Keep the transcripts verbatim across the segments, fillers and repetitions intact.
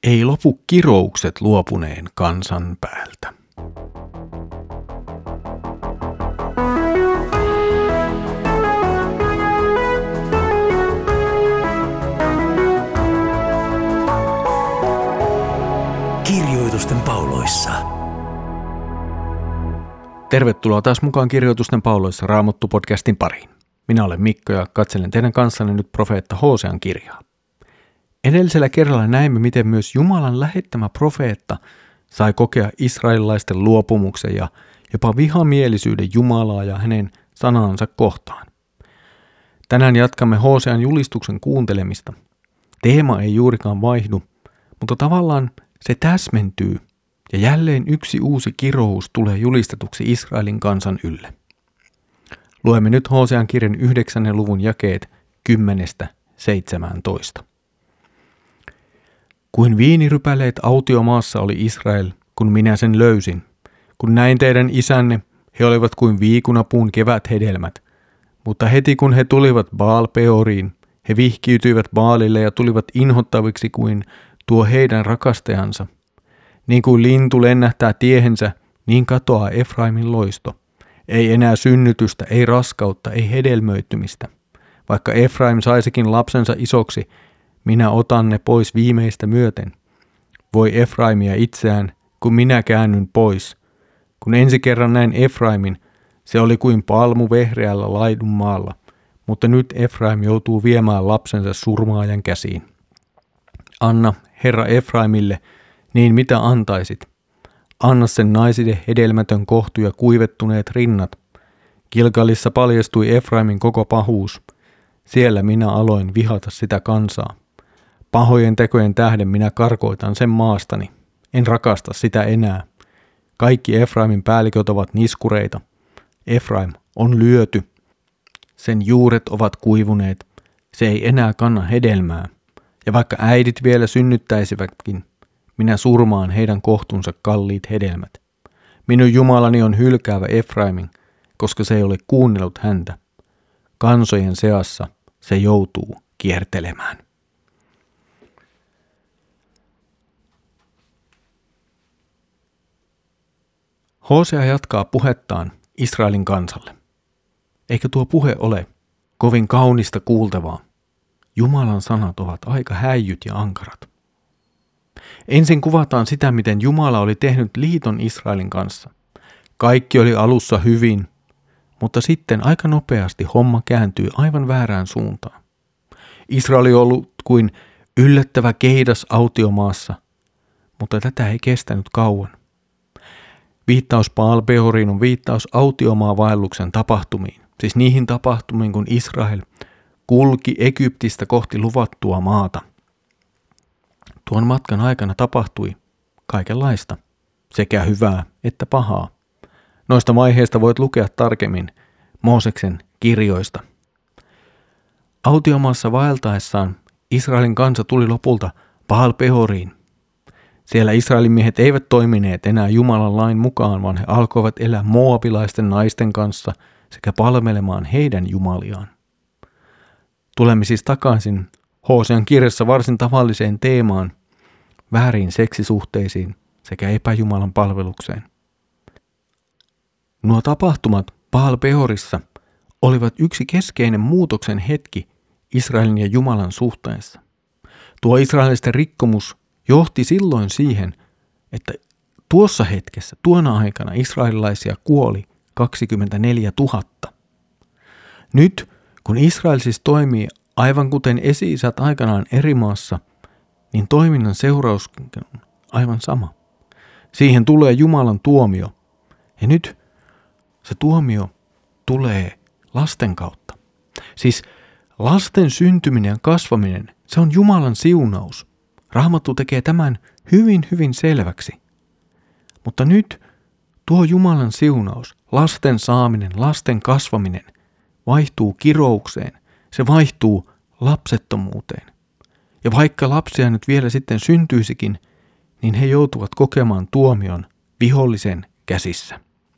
Ei lopu kiroukset luopuneen kansan päältä. Kirjoitusten pauloissa. Tervetuloa taas mukaan Kirjoitusten pauloissa Raamattu-podcastin pariin. Minä olen Mikko ja katselen teidän kanssanne nyt profeetta Hosean kirjaa. Edellisellä kerralla näimme, miten myös Jumalan lähettämä profeetta sai kokea israelilaisten luopumuksen ja jopa vihamielisyyden Jumalaa ja hänen sanansa kohtaan. Tänään jatkamme Hosean julistuksen kuuntelemista. Teema ei juurikaan vaihdu, mutta tavallaan se täsmentyy ja jälleen yksi uusi kirous tulee julistetuksi Israelin kansan ylle. Luemme nyt Hosean kirjan yhdeksännen luvun jakeet kymmenestä seitsemääntoista. Kuin viinirypäleet autiomaassa oli Israel, kun minä sen löysin. Kun näin teidän isänne, he olivat kuin viikunapuun keväthedelmät. Mutta heti kun he tulivat Baal-peoriin, he vihkiytyivät Baalille ja tulivat inhottaviksi kuin tuo heidän rakastajansa. Niin kuin lintu lennähtää tiehensä, niin katoaa Efraimin loisto. Ei enää synnytystä, ei raskautta, ei hedelmöittymistä. Vaikka Efraim saisikin lapsensa isoksi, minä otan ne pois viimeistä myöten. Voi Efraimia itseään, kun minä käännyn pois. Kun ensi kerran näin Efraimin, se oli kuin palmu vehreällä laidunmaalla, mutta nyt Efraim joutuu viemään lapsensa surmaajan käsiin. Anna, Herra Efraimille, niin mitä antaisit? Anna sen naisille hedelmätön kohtu ja kuivettuneet rinnat. Gilgalissa paljastui Efraimin koko pahuus. Siellä minä aloin vihata sitä kansaa. Pahojen tekojen tähden minä karkoitan sen maastani. En rakasta sitä enää. Kaikki Efraimin päälliköt ovat niskureita. Efraim on lyöty. Sen juuret ovat kuivuneet. Se ei enää kanna hedelmää. Ja vaikka äidit vielä synnyttäisivätkin, minä surmaan heidän kohtunsa kalliit hedelmät. Minun Jumalani on hylkäävä Efraimin, koska se ei ole kuunnellut häntä. Kansojen seassa se joutuu kiertelemään. Hosea jatkaa puhettaan Israelin kansalle. Eikä tuo puhe ole kovin kaunista kuultavaa. Jumalan sanat ovat aika häijyt ja ankarat. Ensin kuvataan sitä, miten Jumala oli tehnyt liiton Israelin kanssa. Kaikki oli alussa hyvin, mutta sitten aika nopeasti homma kääntyy aivan väärään suuntaan. Israel oli ollut kuin yllättävä keidas autiomaassa, mutta tätä ei kestänyt kauan. Viittaus Baal-peoriin on viittaus autiomaavaelluksen tapahtumiin, siis niihin tapahtumiin, kun Israel kulki Egyptistä kohti luvattua maata. Tuon matkan aikana tapahtui kaikenlaista, sekä hyvää että pahaa. Noista vaiheista voit lukea tarkemmin Mooseksen kirjoista. Autiomaassa vaeltaessaan Israelin kansa tuli lopulta Baal-peoriin. Siellä Israelin miehet eivät toimineet enää Jumalan lain mukaan, vaan he alkoivat elää moabilaisten naisten kanssa sekä palvelemaan heidän jumaliaan. Tulemme siis takaisin Hosean kirjassa varsin tavalliseen teemaan, vääriin seksisuhteisiin sekä epäjumalan palvelukseen. Nuo tapahtumat Baal-peorissa olivat yksi keskeinen muutoksen hetki Israelin ja Jumalan suhteessa. Tuo israelisten rikkomus johti silloin siihen, että tuossa hetkessä, tuona aikana israelilaisia kuoli kaksikymmentäneljätuhatta. Nyt, kun Israel siis toimii aivan kuten esi-isät aikanaan eri maassa, niin toiminnan seuraus on aivan sama. Siihen tulee Jumalan tuomio. Ja nyt se tuomio tulee lasten kautta. Siis lasten syntyminen ja kasvaminen, se on Jumalan siunaus. Raamattu tekee tämän hyvin, hyvin selväksi. Mutta nyt tuo Jumalan siunaus, lasten saaminen, lasten kasvaminen, vaihtuu kiroukseen. Se vaihtuu lapsettomuuteen. Ja vaikka lapsia nyt vielä sitten syntyisikin, niin he joutuvat kokemaan tuomion vihollisen käsissä.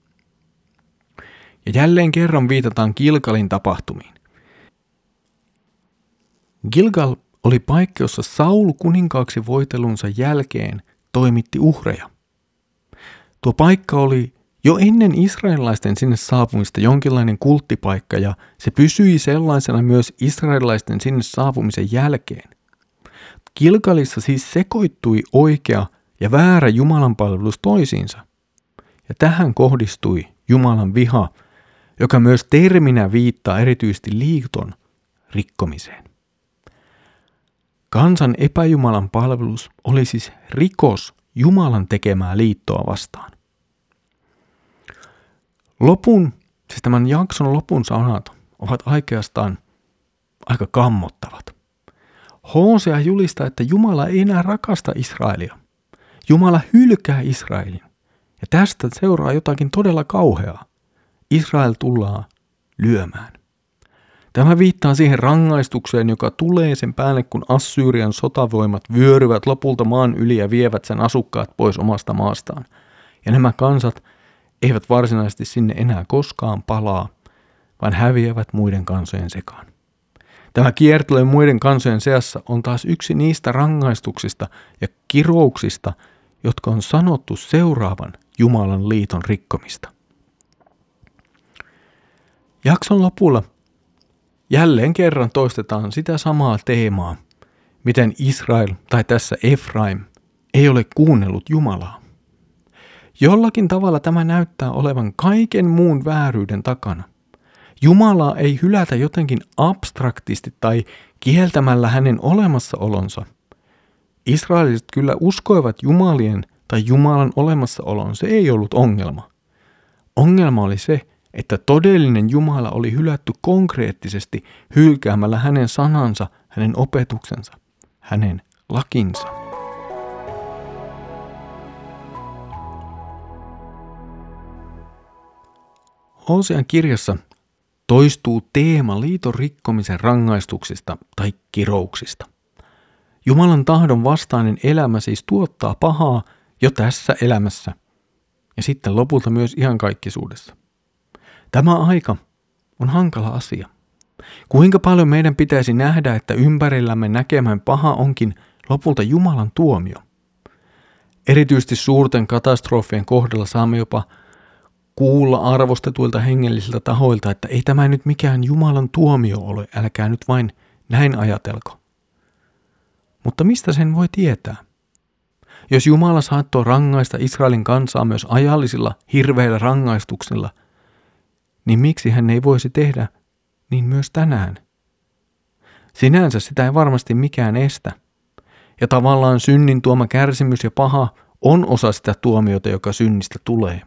Ja jälleen kerran viitataan Gilgalin tapahtumiin. Gilgal oli paikka, jossa Saul kuninkaaksi voitelunsa jälkeen toimitti uhreja. Tuo paikka oli jo ennen israelilaisten sinne saapumista jonkinlainen kulttipaikka ja se pysyi sellaisena myös israelilaisten sinne saapumisen jälkeen. Gilgalissa siis sekoittui oikea ja väärä Jumalan palvelus toisiinsa. Ja tähän kohdistui Jumalan viha, joka myös terminä viittaa erityisesti liiton rikkomiseen. Kansan epäjumalan palvelus oli siis rikos Jumalan tekemää liittoa vastaan. Lopun, siis tämän jakson lopun sanat ovat oikeastaan aika kammottavat. Hosea julistaa, että Jumala ei enää rakasta Israelia. Jumala hylkää Israelin. Ja tästä seuraa jotakin todella kauheaa. Israel tullaan lyömään. Tämä viittaa siihen rangaistukseen, joka tulee sen päälle, kun Assyrian sotavoimat vyöryvät lopulta maan yli ja vievät sen asukkaat pois omasta maastaan. Ja nämä kansat eivät varsinaisesti sinne enää koskaan palaa, vaan häviävät muiden kansojen sekaan. Tämä kiertely muiden kansojen seassa on taas yksi niistä rangaistuksista ja kirouksista, jotka on sanottu seuraavan Jumalan liiton rikkomista. Jakson lopulla jälleen kerran toistetaan sitä samaa teemaa, miten Israel tai tässä Efraim ei ole kuunnellut Jumalaa. Jollakin tavalla tämä näyttää olevan kaiken muun vääryyden takana. Jumalaa ei hylätä jotenkin abstraktisti tai kieltämällä hänen olemassaolonsa. Israeliset kyllä uskoivat Jumalien tai Jumalan olemassaolon, se ei ollut ongelma. Ongelma oli se, että todellinen Jumala oli hylätty konkreettisesti hylkäämällä hänen sanansa, hänen opetuksensa, hänen lakinsa. Hosean kirjassa toistuu teema liiton rikkomisen rangaistuksista tai kirouksista. Jumalan tahdon vastainen elämä siis tuottaa pahaa jo tässä elämässä ja sitten lopulta myös iankaikkisuudessa. Tämä aika on hankala asia. Kuinka paljon meidän pitäisi nähdä, että ympärillämme näkemään paha onkin lopulta Jumalan tuomio? Erityisesti suurten katastrofien kohdalla saamme jopa kuulla arvostetuilta hengellisiltä tahoilta, että ei tämä nyt mikään Jumalan tuomio ole, älkää nyt vain näin ajatelko. Mutta mistä sen voi tietää? Jos Jumala saattoi rangaista Israelin kansaa myös ajallisilla hirveillä rangaistuksilla, niin miksi hän ei voisi tehdä niin myös tänään? Sinänsä sitä ei varmasti mikään estä. Ja tavallaan synnin tuoma kärsimys ja paha on osa sitä tuomiota, joka synnistä tulee.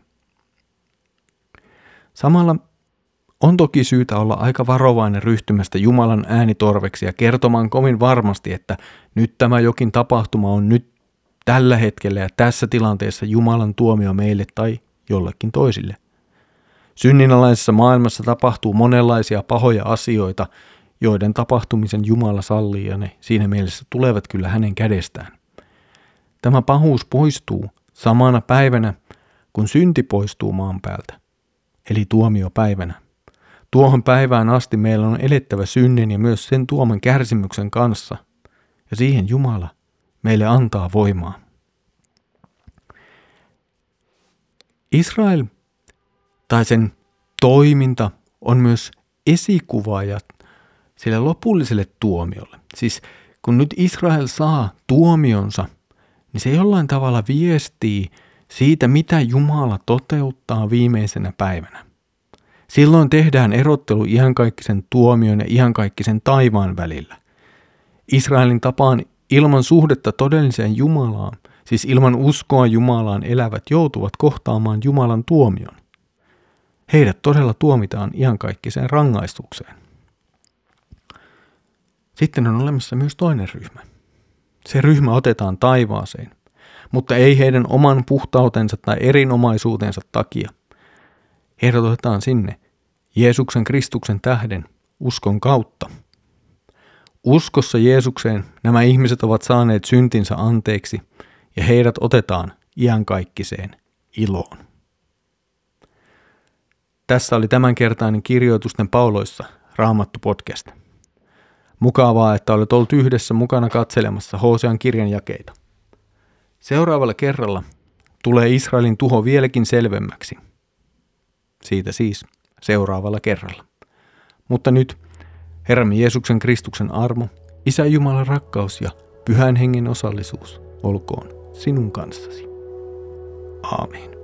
Samalla on toki syytä olla aika varovainen ryhtymästä Jumalan äänitorveksi ja kertomaan kovin varmasti, että nyt tämä jokin tapahtuma on nyt tällä hetkellä ja tässä tilanteessa Jumalan tuomio meille tai jollekin toisille. Synninalaisessa maailmassa tapahtuu monenlaisia pahoja asioita, joiden tapahtumisen Jumala sallii ja ne siinä mielessä tulevat kyllä hänen kädestään. Tämä pahuus poistuu samana päivänä, kun synti poistuu maan päältä, eli tuomiopäivänä. Tuohon päivään asti meillä on elettävä synnin ja myös sen tuoman kärsimyksen kanssa, ja siihen Jumala meille antaa voimaa. Israel tai sen toiminta on myös esikuvaaja sille lopulliselle tuomiolle. Siis kun nyt Israel saa tuomionsa, niin se jollain tavalla viestii siitä, mitä Jumala toteuttaa viimeisenä päivänä. Silloin tehdään erottelu iankaikkisen tuomion ja iankaikkisen taivaan välillä. Israelin tapaan ilman suhdetta todelliseen Jumalaan, siis ilman uskoa Jumalaan elävät joutuvat kohtaamaan Jumalan tuomion. Heidät todella tuomitaan iankaikkiseen rangaistukseen. Sitten on olemassa myös toinen ryhmä. Se ryhmä otetaan taivaaseen, mutta ei heidän oman puhtautensa tai erinomaisuutensa takia. Heidät otetaan sinne Jeesuksen Kristuksen tähden uskon kautta. Uskossa Jeesukseen nämä ihmiset ovat saaneet syntinsä anteeksi ja heidät otetaan iankaikkiseen iloon. Tässä oli tämänkertainen Kirjoitusten pauloissa Raamattu podcast. Mukavaa, että olet ollut yhdessä mukana katselemassa Hosean kirjan jakeita. Seuraavalla kerralla tulee Israelin tuho vieläkin selvemmäksi. Siitä siis seuraavalla kerralla. Mutta nyt Herramme Jeesuksen Kristuksen armo, Isä Jumalan rakkaus ja Pyhän Hengen osallisuus olkoon sinun kanssasi. Aamen.